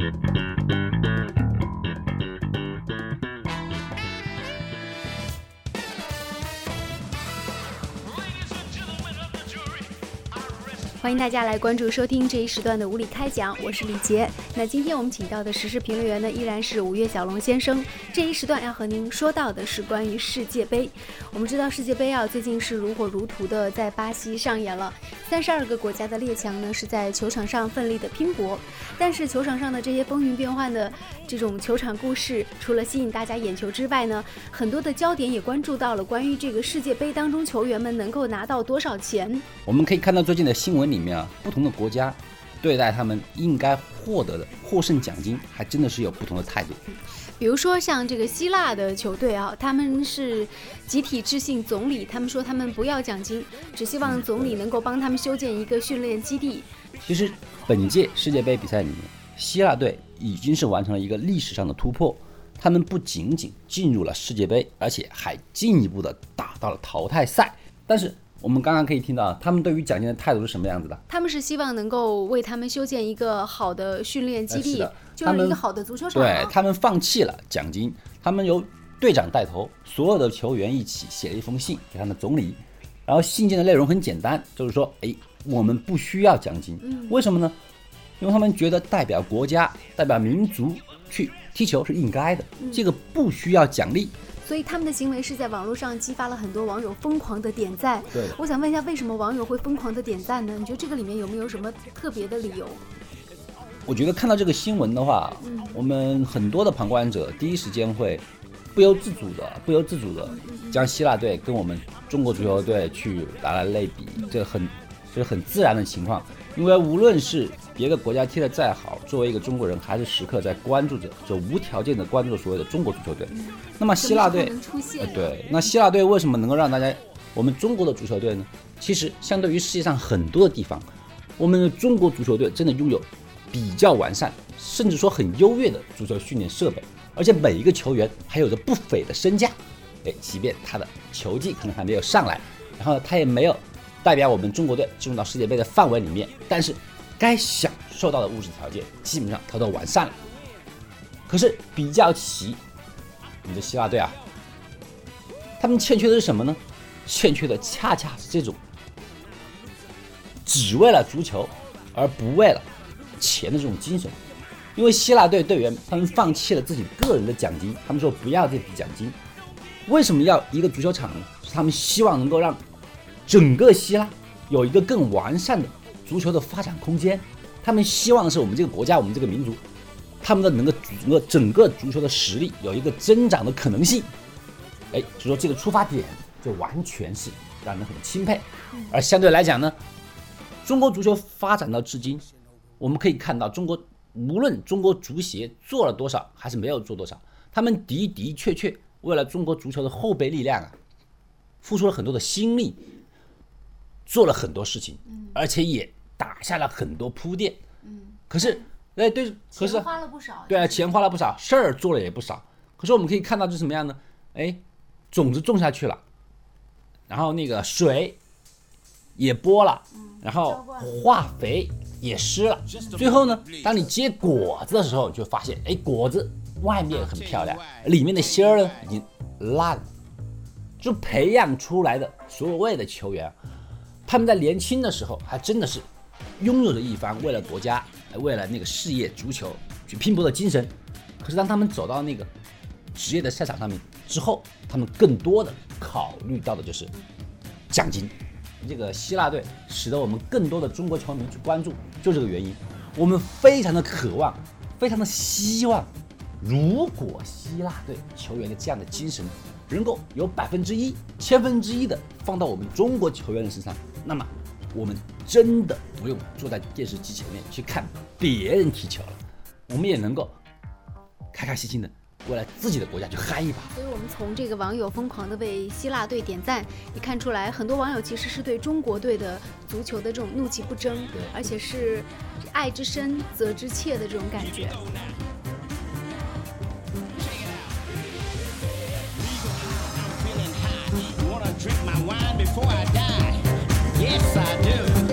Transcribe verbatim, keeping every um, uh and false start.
欢迎大家来关注收听这一时段的无理开讲，我是李杰。那今天我们请到的时事评论员呢，依然是五月小龙先生。这一时段要和您说到的是关于世界杯。我们知道世界杯啊，最近是如火如荼的在巴西上演了，三十二个国家的列强呢是在球场上奋力的拼搏。但是球场上的这些风云变幻的这种球场故事，除了吸引大家眼球之外呢，很多的焦点也关注到了关于这个世界杯当中球员们能够拿到多少钱。 我们可以看到最近的新闻里面啊，不同的国家对待他们应该获得的获胜奖金，还真的是有不同的态度。 比如说像这个希腊的球队啊，他们是集体致信总理，他们说他们不要奖金，只希望总理能够帮他们修建一个训练基地。 其实本届世界杯比赛里面，希腊队已经是完成了一个历史上的突破，他们不仅仅进入了世界杯，而且还进一步的打到了淘汰赛。但是我们刚刚可以听到他们对于奖金的态度是什么样子的？他们是希望能够为他们修建一个好的训练基地，就是一个好的足球场。 对，他们放弃了奖金，他们由队长带头，所有的球员一起写了一封信给他们的总理，然后信件的内容很简单，就是说，哎，我们不需要奖金，嗯、为什么呢？因为他们觉得代表国家、代表民族去踢球是应该的，嗯、这个不需要奖励。 所以他们的行为是在网络上激发了很多网友疯狂的点赞。 对， 我想问一下，为什么网友会疯狂的点赞呢？你觉得这个里面有没有什么特别的理由？ 我觉得看到这个新闻的话，嗯、我们很多的旁观者第一时间会不由自主的、不由自主的将希腊队跟我们中国足球队去拿来类比，这很这是很自然的情况。因为无论是别的国家踢得再好，作为一个中国人，还是时刻在关注着，就无条件的关注所谓的中国足球队。嗯、那么希腊队，呃，对，那希腊队为什么能够让大家，我们中国的足球队呢？其实相对于世界上很多的地方，我们的中国足球队真的拥有比较完善，甚至说很优越的足球训练设备，而且每一个球员还有着不菲的身价。哎，即便他的球技可能还没有上来，然后他也没有代表我们中国队进入到世界杯的范围里面，但是该享受到的物质条件基本上它都完善了。可是比较起你的希腊队啊，他们欠缺的是什么呢？欠缺的恰恰是这种只为了足球而不为了钱的这种精神。因为希腊队队员他们放弃了自己个人的奖金，他们说不要这笔奖金。为什么要一个足球场呢？是他们希望能够让整个希腊有一个更完善的足球的发展空间，他们希望的是我们这个国家、我们这个民族，他们的能够整个整个足球的实力有一个增长的可能性。哎，就说这个出发点就完全是让人很钦佩。而相对来讲呢，中国足球发展到至今，我们可以看到中国无论中国足协做了多少还是没有做多少，他们的的确确为了中国足球的后备力量啊，付出了很多的心力，做了很多事情，而且也打下了很多铺垫。嗯，可是，哎，对，可是钱花了不少。 对啊，钱花了不少，事儿做了也不少。可是我们可以看到，是什么样呢？哎，种子种下去了，然后那个水也播了，然后化肥也施了。最后呢，当你结果子的时候，你就发现，哎，果子外面很漂亮，里面的芯儿呢已经烂了。就培养出来的所谓的球员，他们在年轻的时候还真的是拥有着一番为了国家、为了那个事业足球去拼搏的精神。可是当他们走到那个职业的赛场上面之后，他们更多的考虑到的就是奖金。这个希腊队使得我们更多的中国球迷去关注，就这个原因。我们非常的渴望，非常的希望，如果希腊队球员的这样的精神能够有百分之一、千分之一的放到我们中国球员的身上，那么我们真的不用坐在电视机前面去看别人踢球了，我们也能够开开心心的为了自己的国家去嗨一把。 所以我们从这个网友疯狂的为希腊队点赞，也看出来很多网友其实是对中国队的足球的这种怒气不争，而且是爱之深责之切的这种感觉。 Drink my wine before I die. Yes, I do.